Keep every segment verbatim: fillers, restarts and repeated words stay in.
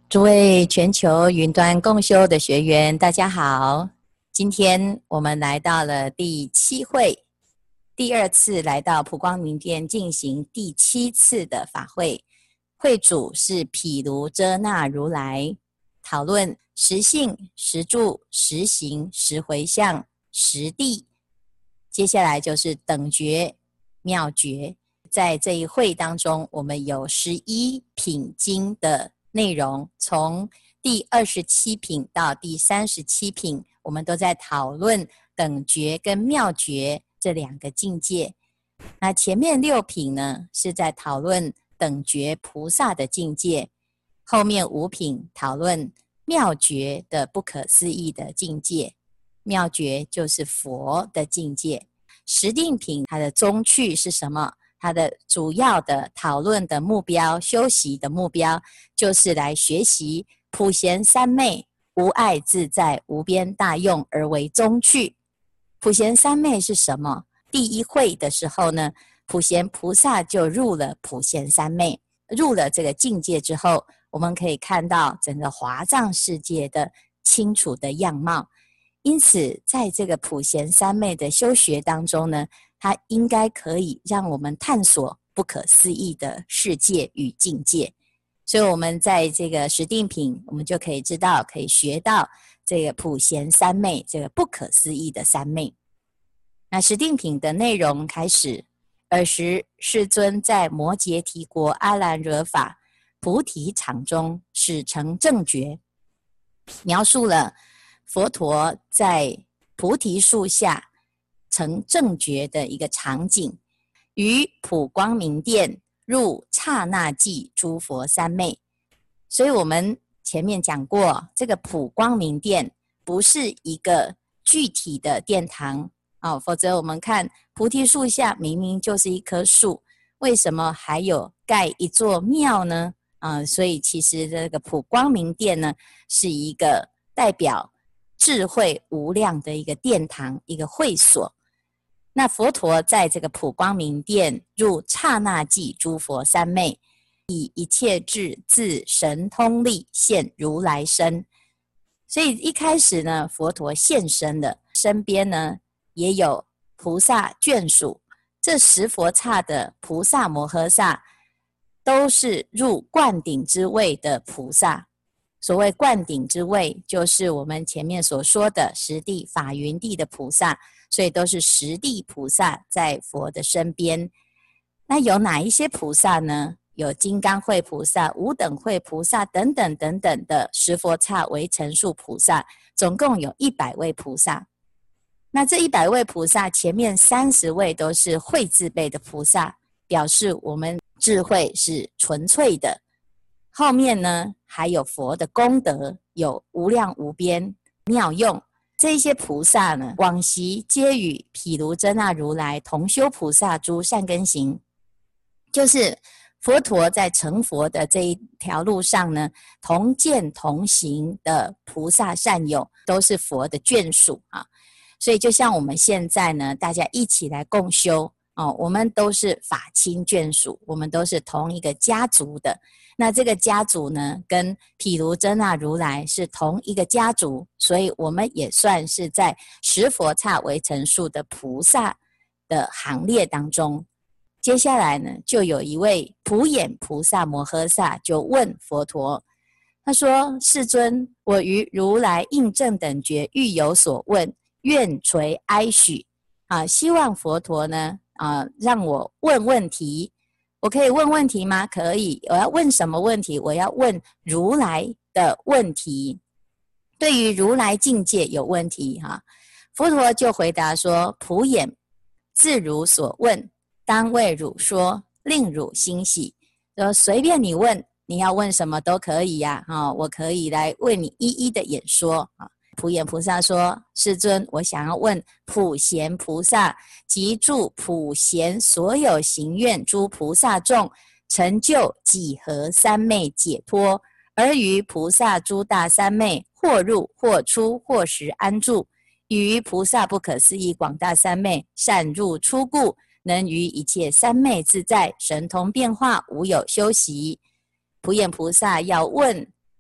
诸位全球云端共修的学员，大家好！今天我们来到了第七会，第二次来到普光明殿进行第七次的法会。会主是毗卢遮那如来，讨论实性、实住、实行、实回向、实地。接下来就是等觉、妙觉。在这一会当中，我们有十一品经的内容，从第二十七品到第三十七品，我们都在讨论等觉跟妙觉这两个境界。那前面六品呢，是在讨论等觉菩萨的境界，后面五品讨论妙觉的不可思议的境界。妙觉就是佛的境界。十定品它的宗趣是什么？它的主要的讨论的目标，修习的目标，就是来学习普贤三昧无碍自在无边大用而为宗趣。普贤三昧是什么？第一会的时候呢，普贤菩萨就入了普贤三昧，入了这个境界之后，我们可以看到整个华藏世界的清楚的样貌。因此在这个普贤三昧的修学当中呢，它应该可以让我们探索不可思议的世界与境界。所以我们在这个十定品，我们就可以知道，可以学到这个普贤三昧，这个不可思议的三昧。那十定品的内容开始，尔时世尊在摩羯提国阿兰惹法菩提场中始成正觉，描述了佛陀在菩提树下成正觉的一个场景，于普光明殿入刹那即诸佛三昧。所以我们前面讲过，这个普光明殿不是一个具体的殿堂、哦、否则我们看菩提树下明明就是一棵树，为什么还有盖一座庙呢？呃、所以其实这个普光明殿呢，是一个代表智慧无量的一个殿堂，一个会所。那佛陀在这个普光明殿入刹那即诸佛三昧，以一切智自神通力现如来身。所以一开始呢，佛陀现身了，身边呢也有菩萨眷属，这十佛刹的菩萨摩诃萨都是入灌顶之位的菩萨。所谓灌顶之位，就是我们前面所说的十地法云地的菩萨，所以都是十地菩萨在佛的身边。那有哪一些菩萨呢？有金刚慧菩萨、无等慧菩萨等等等等的十佛刹为成数菩萨，总共有一百位菩萨。那这一百位菩萨，前面三十位都是慧智辈的菩萨，表示我们智慧是纯粹的。后面呢，还有佛的功德，有无量无边妙用。这些菩萨呢，往昔皆与毗卢遮那如来同修菩萨诸善根行，就是佛陀在成佛的这一条路上呢，同见同行的菩萨善友，都是佛的眷属啊。所以就像我们现在呢，大家一起来共修哦，我们都是法亲眷属，我们都是同一个家族的。那这个家族呢，跟毗卢遮那如来是同一个家族，所以我们也算是在十佛刹为成数的菩萨的行列当中。接下来呢，就有一位普眼菩萨摩诃萨就问佛陀，他说：世尊，我于如来印证等觉欲有所问，愿垂哀许啊，希望佛陀呢啊让我问问题。我可以问问题吗？可以。我要问什么问题？我要问如来的问题，对于如来境界有问题哈。佛陀就回答说：普眼，自如所问，当为汝说，令汝欣喜。说随便你问，你要问什么都可以呀、啊，我可以来为你一一的演说啊。普眼菩萨说：世尊，我想要问普贤菩萨及诸普贤所有行愿诸菩萨众，成就几何三昧解脱，而于菩萨诸大三昧，或入或出，或时安住，于菩萨不可思议广大三昧，善入出故，能于一切三昧自在，神通变化，无有休息。普眼菩萨要问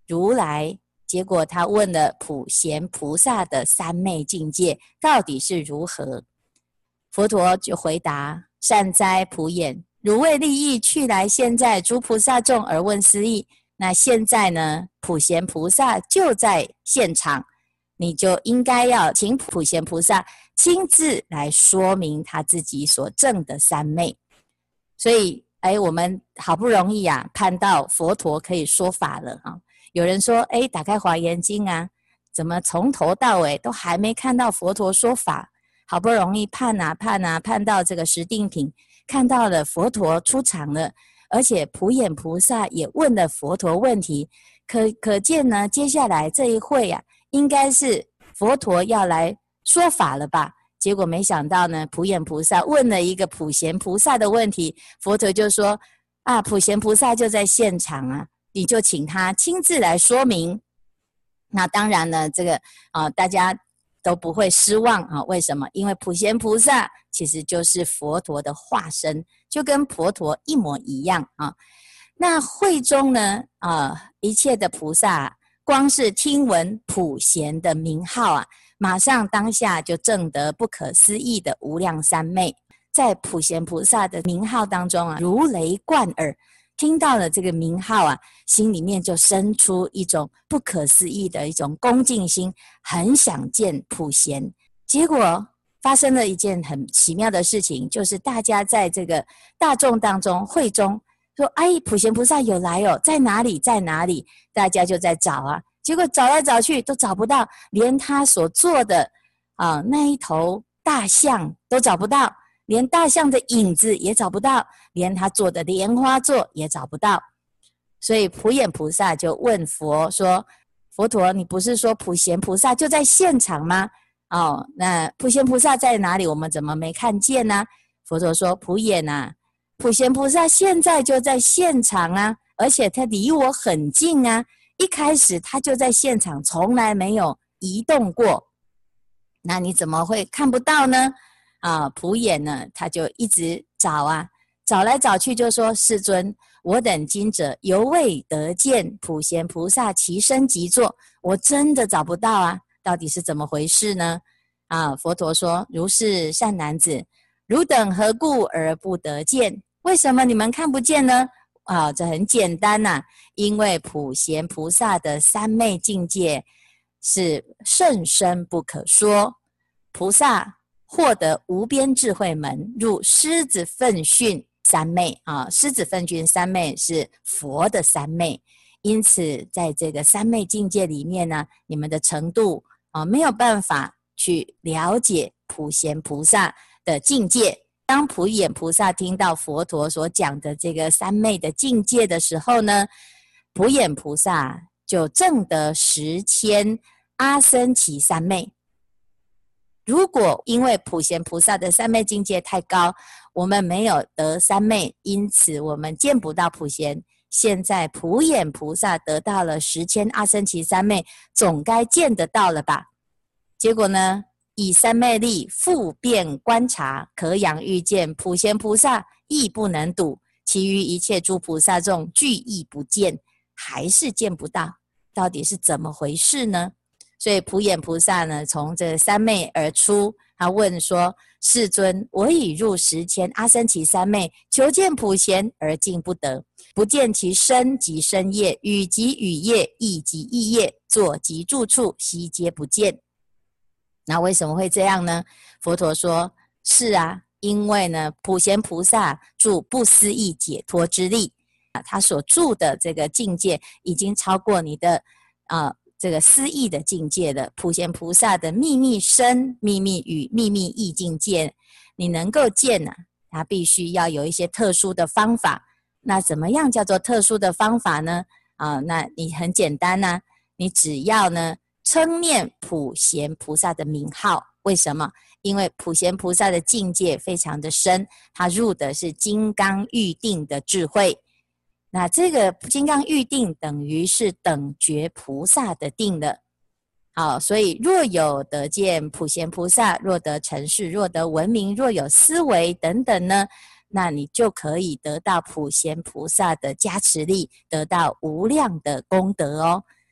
如来，结果他问了普贤菩萨的三昧境界到底是如何。佛陀就回答：善哉普眼，汝为利益去来现在诸菩萨众而问斯义。那现在呢，普贤菩萨就在现场，你就应该要请普贤菩萨亲自来说明他自己所证的三昧。所以哎，我们好不容易啊盼到佛陀可以说法了啊。有人说，哎，打开华严经啊，怎么从头到尾都还没看到佛陀说法？好不容易盼啊盼啊盼到这个十定品，看到了佛陀出场了，而且普眼菩萨也问了佛陀问题，可可见呢，接下来这一会啊，应该是佛陀要来说法了吧？结果没想到呢，普眼菩萨问了一个普贤菩萨的问题，佛陀就说啊，普贤菩萨就在现场啊，你就请他亲自来说明。那当然呢，这个啊，大家都不会失望啊。为什么？因为普贤菩萨其实就是佛陀的化身，就跟佛陀一模一样啊。那会中呢，啊，一切的菩萨，光是听闻普贤的名号啊，马上当下就证得不可思议的无量三昧。在普贤菩萨的名号当中啊，如雷贯耳。听到了这个名号啊，心里面就生出一种不可思议的一种恭敬心，很想见普贤。结果发生了一件很奇妙的事情，就是大家在这个大众当中会中说，哎，普贤菩萨有来哦，在哪里在哪里？大家就在找啊，结果找来找去都找不到，连他所做的啊那一头大象都找不到，连大象的影子也找不到，连他做的莲花座也找不到。所以普眼菩萨就问佛说，佛陀，你不是说普贤菩萨就在现场吗？哦，那普贤菩萨在哪里？我们怎么没看见呢？佛陀说，普眼啊，普贤菩萨现在就在现场啊，而且他离我很近啊，一开始他就在现场，从来没有移动过，那你怎么会看不到呢？啊，普眼呢，他就一直找啊，找来找去就说，世尊，我等今者犹未得见普贤菩萨其身即坐，我真的找不到啊，到底是怎么回事呢？啊，佛陀说，如是善男子，汝等何故而不得见？为什么你们看不见呢？啊，这很简单呐、啊，因为普贤菩萨的三昧境界是甚深不可说，菩萨获得无边智慧门，入狮子奋训三昧啊，狮子奋训三昧是佛的三昧，因此在这个三昧境界里面呢，你们的程度啊没有办法去了解普贤菩萨的境界。当普眼菩萨听到佛陀所讲的这个三昧的境界的时候呢，普眼菩萨就证得十千阿僧祇三昧。如果因为普贤菩萨的三昧境界太高，我们没有得三昧，因此我们见不到普贤。现在普眼菩萨得到了十千阿僧祇三昧，总该见得到了吧？结果呢，以三昧力复遍观察，可仰欲见普贤菩萨，亦不能睹，其余一切诸菩萨众俱亦不见，还是见不到，到底是怎么回事呢？所以普眼菩萨呢，从这三昧而出，他问说，世尊，我已入十千阿僧祇三昧，求见普贤而竟不得，不见其身及身业，语及语业，意及意业，坐及住处，悉皆不见。那为什么会这样呢？佛陀说，是啊，因为呢，普贤菩萨住不思议解脱之力，他所住的这个境界已经超过你的啊、呃、这个思议的境界了。普贤菩萨的秘密身、秘密语、秘密意境界，你能够见啊，他必须要有一些特殊的方法。那怎么样叫做特殊的方法呢？啊，那你很简单啊，你只要呢称念普贤菩萨的名号。为什么？因为普贤菩萨的境界非常的深，他入的是金刚喻定的智慧。那这个金刚喻定等于是等觉菩萨的定了。好，所以若有得见普贤菩萨，若得成事，若得闻名，若有思维等等呢，那你就可以得到普贤菩萨的加持力，得到无量的功德哦。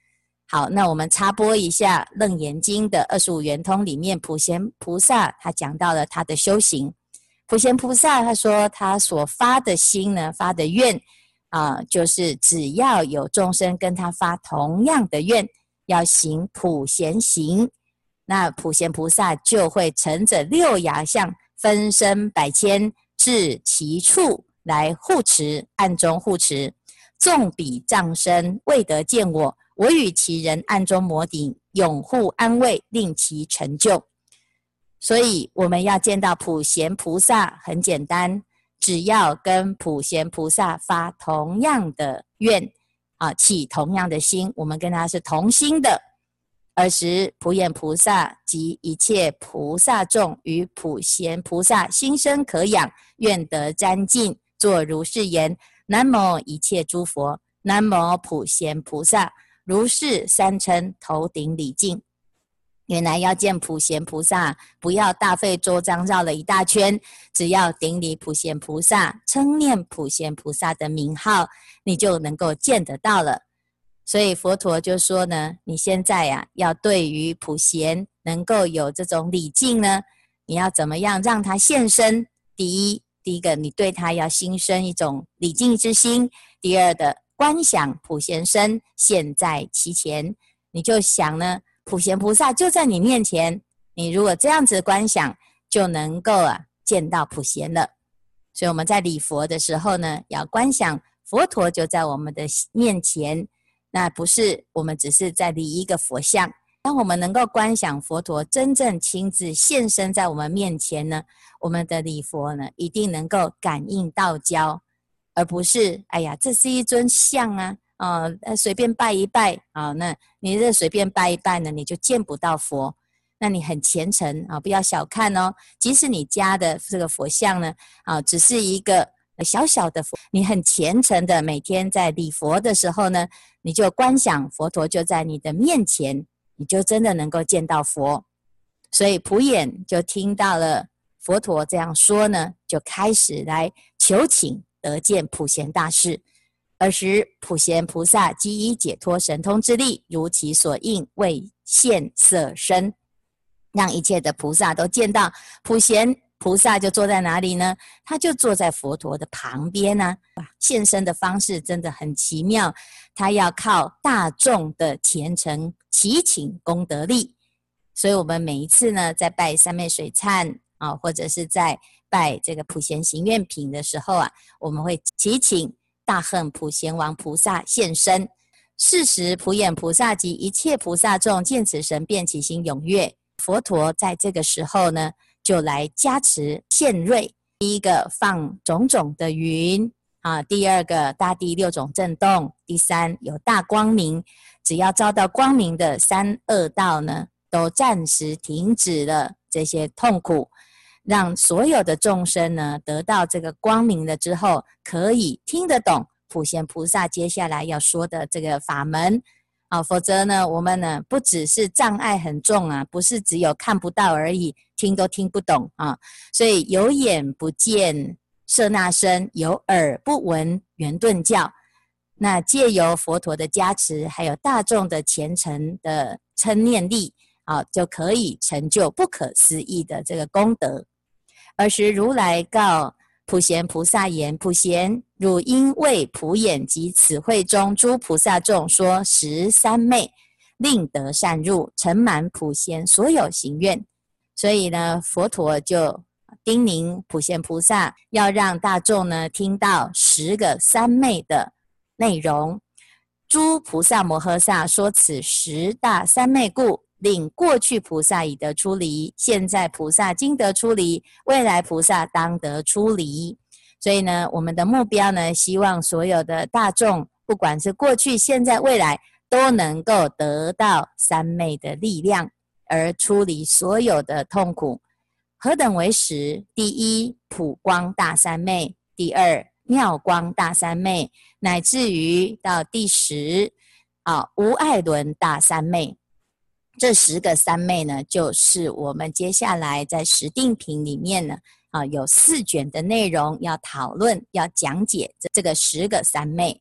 好，那我们插播一下《楞严经》的二十五圆通里面，普贤菩萨他讲到了他的修行。普贤菩萨他说他所发的心呢，发的愿啊、呃，就是只要有众生跟他发同样的愿，要行普贤行，那普贤菩萨就会乘着六牙相，分身百千，至其处来护持，暗中护持。纵彼障身，未得见我，我与其人暗中摩顶，永护安慰，令其成就。所以我们要见到普贤菩萨很简单，只要跟普贤菩萨发同样的愿啊，起同样的心，我们跟他是同心的。尔时普眼菩萨及一切菩萨众与普贤菩萨心生可仰，愿得沾尽，作如是言：南无一切诸佛，南无普贤菩萨。如是三称，头顶礼敬。原来要见普贤菩萨，不要大费周章绕了一大圈，只要顶礼普贤菩萨，称念普贤菩萨的名号，你就能够见得到了。所以佛陀就说呢，你现在呀、啊，要对于普贤能够有这种礼敬呢，你要怎么样让他现身？第一，第一个你对他要心生一种礼敬之心；第二的观想普贤身现在其前，你就想呢，普贤菩萨就在你面前，你如果这样子观想，就能够啊见到普贤了。所以我们在礼佛的时候呢，要观想佛陀就在我们的面前。那不是我们只是在礼一个佛像，当我们能够观想佛陀真正亲自现身在我们面前呢，我们的礼佛呢一定能够感应道交，而不是哎呀这是一尊像啊，呃随便拜一拜啊，那你这随便拜一拜呢，你就见不到佛。那你很虔诚啊，不要小看哦，即使你家的这个佛像呢啊，只是一个小小的佛，你很虔诚的每天在礼佛的时候呢，你就观想佛陀就在你的面前，你就真的能够见到佛。所以普眼就听到了佛陀这样说呢，就开始来求请得见普贤大士。尔时普贤菩萨即以解脱神通之力，如其所应，为现色身，让一切的菩萨都见到普贤菩萨就坐在哪里呢？他就坐在佛陀的旁边啊。现身的方式真的很奇妙，他要靠大众的虔诚祈请功德力。所以我们每一次呢，在拜三昧水忏啊，或者是在拜这个普贤行愿品的时候啊，我们会祈请大恨普贤王菩萨现身。是时普眼菩萨及一切菩萨众见此神，便起心踊跃。佛陀在这个时候呢，就来加持现瑞。第一个放种种的云啊，第二个大地六种震动，第三有大光明，只要照到光明的三恶道呢，都暂时停止了这些痛苦，让所有的众生呢得到这个光明了之后，可以听得懂普贤菩萨接下来要说的这个法门。啊，否则呢，我们呢不只是障碍很重啊，不是只有看不到而已，听都听不懂啊。所以有眼不见舍那身，有耳不闻圆顿教。那借由佛陀的加持，还有大众的虔诚的称念力啊，就可以成就不可思议的这个功德。尔时如来告普贤菩萨言：普贤，汝应为普眼及此会中诸菩萨众说十三昧，令得善入，承满普贤所有行愿。所以呢，佛陀就叮咛普贤菩萨，要让大众呢听到十个三昧的内容。诸菩萨摩诃萨说此十大三昧故，令过去菩萨已得出离，现在菩萨今得出离，未来菩萨当得出离。所以呢，我们的目标呢，希望所有的大众，不管是过去、现在、未来，都能够得到三昧的力量，而出离所有的痛苦。何等为十？第一，普光大三昧；第二，妙光大三昧，乃至于到第十啊，无碍轮大三昧。这十个三昧呢，就是我们接下来在十定品里面呢，啊，有四卷的内容要讨论、要讲解这这个十个三昧。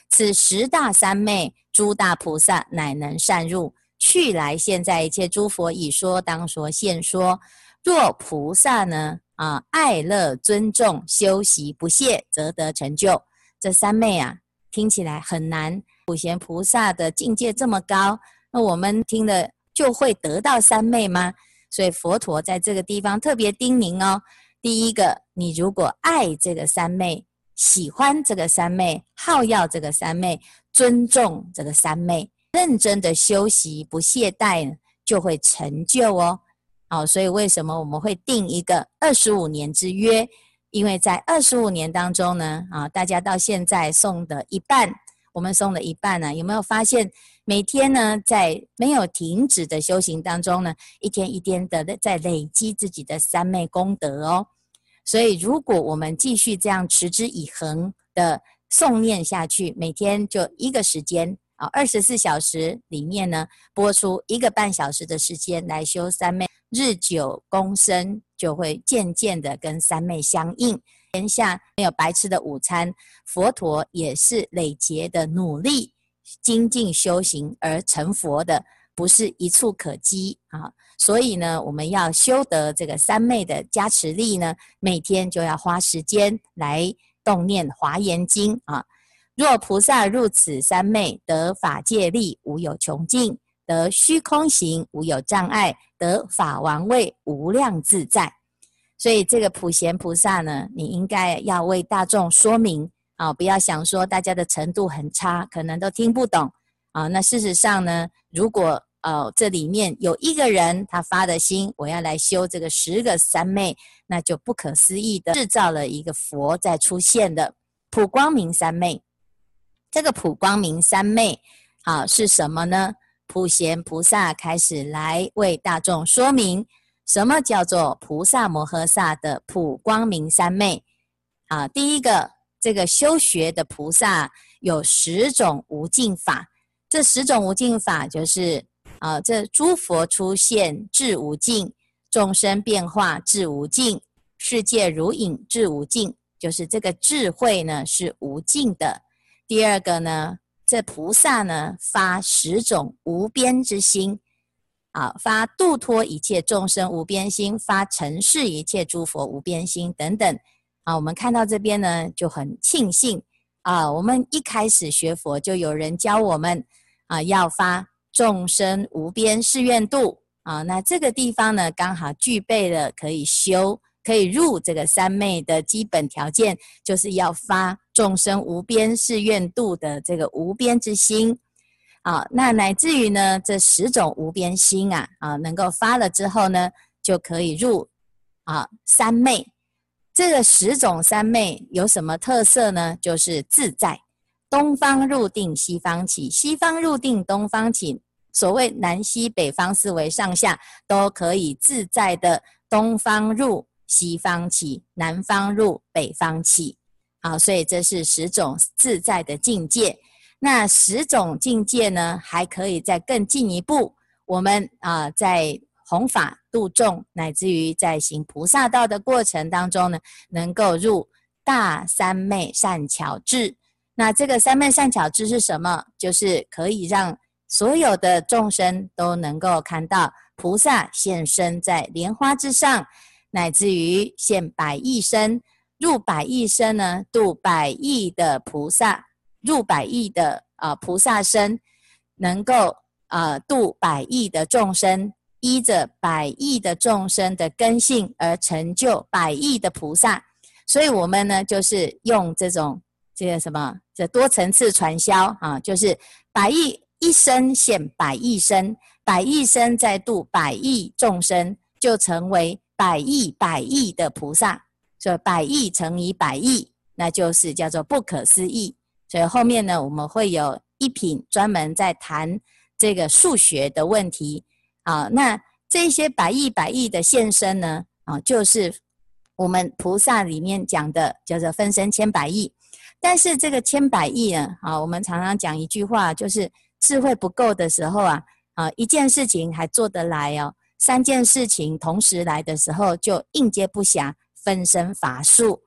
此十大三昧，诸大菩萨乃能善入。去来现在一切诸佛已说当说现说。若菩萨呢啊爱乐尊重修习不懈，则得成就。这三昧啊听起来很难，普贤菩萨的境界这么高，那我们听了就会得到三昧吗？所以佛陀在这个地方特别叮咛哦，第一个，你如果爱这个三昧，喜欢这个三昧，好要这个三昧，尊重这个三昧，认真的修习不懈怠，就会成就哦。好，所以为什么我们会定一个二十五年之约？因为在二十五年当中呢，啊，大家到现在送的一半，我们送的一半呢，有没有发现每天呢，在没有停止的修行当中呢，一天一天的在累积自己的三昧功德哦。所以如果我们继续这样持之以恒的诵念下去，每天就一个时间啊，二十四小时里面呢，播出一个半小时的时间来修三昧，日久功深，就会渐渐的跟三昧相应。天下没有白吃的午餐，佛陀也是累劫的努力精进修行而成佛的，不是一触可及啊。所以呢，我们要修得这个三昧的加持力呢，每天就要花时间来动念华严经啊。若菩萨入此三昧，得法界力，无有穷尽；得虚空行，无有障碍；得法王位，无量自在。所以这个普贤菩萨呢，你应该要为大众说明啊，不要想说大家的程度很差，可能都听不懂啊。那事实上呢，如果呃这里面有一个人他发的心，我要来修这个十个三昧，那就不可思议的制造了一个佛在出现的普光明三昧。这个普光明三昧啊是什么呢？普贤菩萨开始来为大众说明，什么叫做菩萨摩诃萨的普光明三昧啊？第一个，这个修学的菩萨有十种无尽法，这十种无尽法就是啊，这诸佛出现智无尽，众生变化智无尽，世界如影智无尽，就是这个智慧呢是无尽的。第二个呢，这菩萨呢发十种无边之心啊，发度脱一切众生无边心，发承事一切诸佛无边心等等啊。我们看到这边呢就很庆幸啊，我们一开始学佛就有人教我们啊，要发众生无边誓愿度啊。那这个地方呢刚好具备了可以修可以入这个三昧的基本条件，就是要发众生无边誓愿度的这个无边之心啊。那乃至于呢这十种无边心啊啊能够发了之后呢，就可以入啊三昧。这个十种三昧有什么特色呢？就是自在，东方入定西方起，西方入定东方起，所谓南西北方四维上下都可以自在的东方入西方起，南方入北方起啊，所以这是十种自在的境界。那十种境界呢还可以再更进一步，我们啊在弘法度众乃至于在行菩萨道的过程当中呢，能够入大三昧善巧智。那这个三昧善巧智是什么？就是可以让所有的众生都能够看到菩萨现身在莲花之上，乃至于现百亿身，入百亿身呢，度百亿的菩萨，入百亿的啊、呃、菩萨身，能够啊、呃、度百亿的众生，依着百亿的众生的根性而成就百亿的菩萨。所以我们呢，就是用这种这个什么这多层次传销啊，就是百亿一生现百亿身，百亿身再度百亿众生，就成为百亿百亿的菩萨。所以百亿乘以百亿，那就是叫做不可思议。所以后面呢，我们会有一品专门在谈这个数学的问题啊。那这些百亿百亿的现身呢，啊，就是我们菩萨里面讲的叫做分身千百亿。但是这个千百亿呢，啊，我们常常讲一句话，就是智慧不够的时候啊，啊，一件事情还做得来哦，三件事情同时来的时候就应接不暇，分身乏术。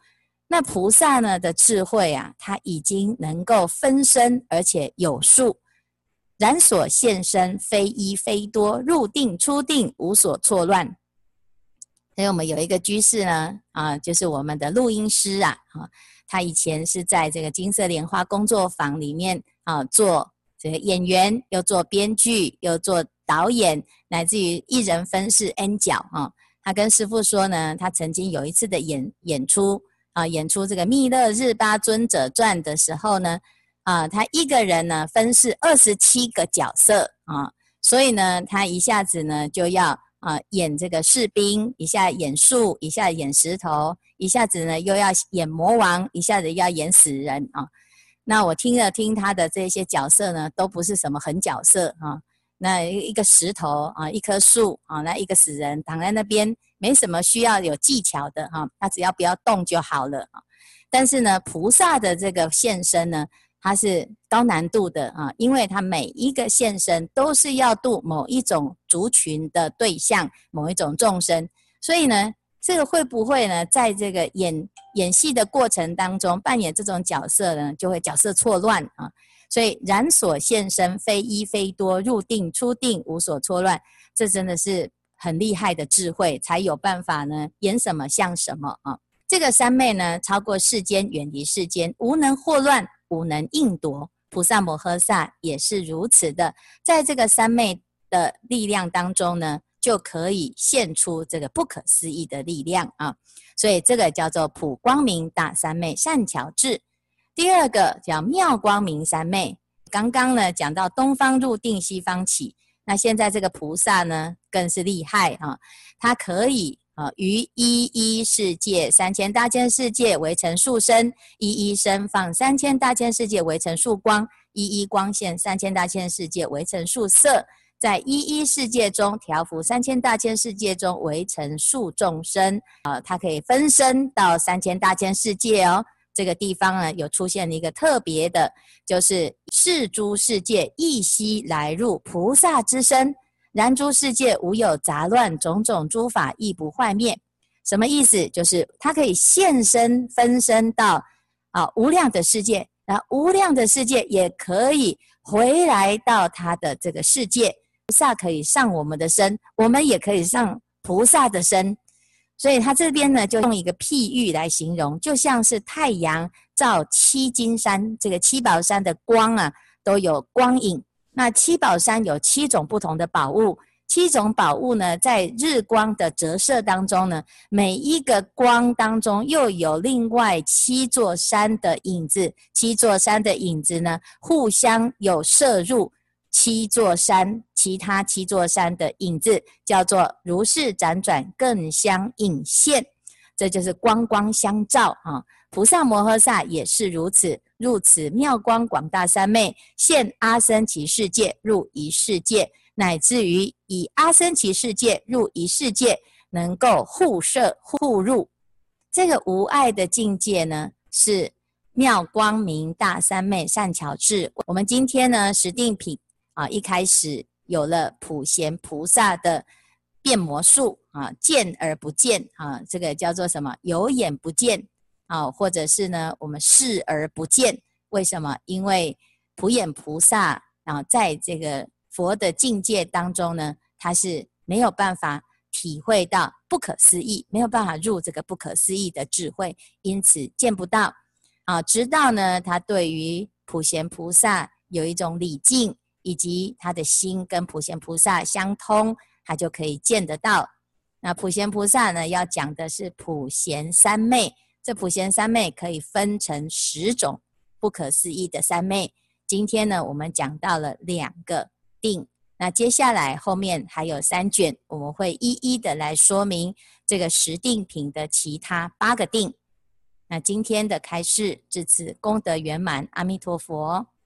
那菩萨呢的智慧啊，他已经能够分身，而且有数，然所现身，非一非多，入定出定，无所错乱。所以我们有一个居士呢，啊，就是我们的录音师啊，啊，他以前是在这个金色莲花工作坊里面啊做这个演员，又做编剧，又做导演，乃至于一人分饰 N 角啊。他跟师父说呢，他曾经有一次的演演出啊，演出这个密勒日巴尊者传的时候呢，啊，他一个人呢分饰二十七个角色啊，所以呢，他一下子呢就要啊演这个士兵，一下演树，一下演石头，一下子呢又要演魔王，一下子要演死人啊。那我听了听他的这些角色呢，都不是什么狠角色啊。那一个石头啊，一棵树啊，那一个死人躺在那边，没什么需要有技巧的哈，他只要不要动就好了啊。但是呢，菩萨的这个现身呢，它是高难度的啊，因为它每一个现身都是要度某一种族群的对象，某一种众生，所以呢，这个会不会呢，在这个演演戏的过程当中扮演这种角色呢，就会角色错乱啊。所以然所现身，非一非多，入定出定，无所错乱，这真的是很厉害的智慧，才有办法呢演什么像什么啊。这个三昧呢，超过世间，远离世间，无能惑乱，无能应夺。菩萨摩诃萨也是如此的，在这个三昧的力量当中呢，就可以现出这个不可思议的力量啊。所以这个叫做普光明大三昧善巧智。第二个叫妙光明三昧，刚刚呢讲到东方入定，西方起，那现在这个菩萨呢更是厉害啊，他可以啊于一一世界三千大千世界为成数身，一一身放三千大千世界为成数光，一一光现三千大千世界为成数色，在一一世界中调伏三千大千世界中为成数众生啊，它可以分身到三千大千世界哦。这个地方呢，有出现了一个特别的，就是是诸世界一悉来入菩萨之身，然诸世界无有杂乱，种种诸法亦不坏灭。什么意思？就是它可以现身分身到啊无量的世界，然后无量的世界也可以回来到它的这个世界。菩萨可以上我们的身，我们也可以上菩萨的身。所以他这边呢，就用一个譬喻来形容，就像是太阳照七金山，这个七宝山的光啊，都有光影。那七宝山有七种不同的宝物，七种宝物呢，在日光的折射当中呢，每一个光当中又有另外七座山的影子，七座山的影子呢，互相有射入七座山，其他七座山的影子叫做如是辗转更相映现，这就是光光相照啊。菩萨摩诃萨也是如此，入此妙光广大三昧，现阿僧祇世界入一世界，乃至于以阿僧祇世界入一世界，能够互摄互入。这个无碍的境界呢，是妙光明大三昧善巧智。我们今天呢，十定品啊，一开始有了普贤菩萨的变魔术啊，见而不见啊，这个叫做什么？有眼不见啊，或者是呢，我们视而不见。为什么？因为普眼菩萨啊，在这个佛的境界当中呢，他是没有办法体会到不可思议，没有办法入这个不可思议的智慧，因此见不到啊。直到呢，他对于普贤菩萨有一种礼敬，以及他的心跟普贤菩萨相通，他就可以见得到。那普贤菩萨呢，要讲的是普贤三昧，这普贤三昧可以分成十种不可思议的三昧。今天呢，我们讲到了两个定，那接下来后面还有三卷，我们会一一的来说明这个十定品的其他八个定。那今天的开示至此功德圆满，阿弥陀佛。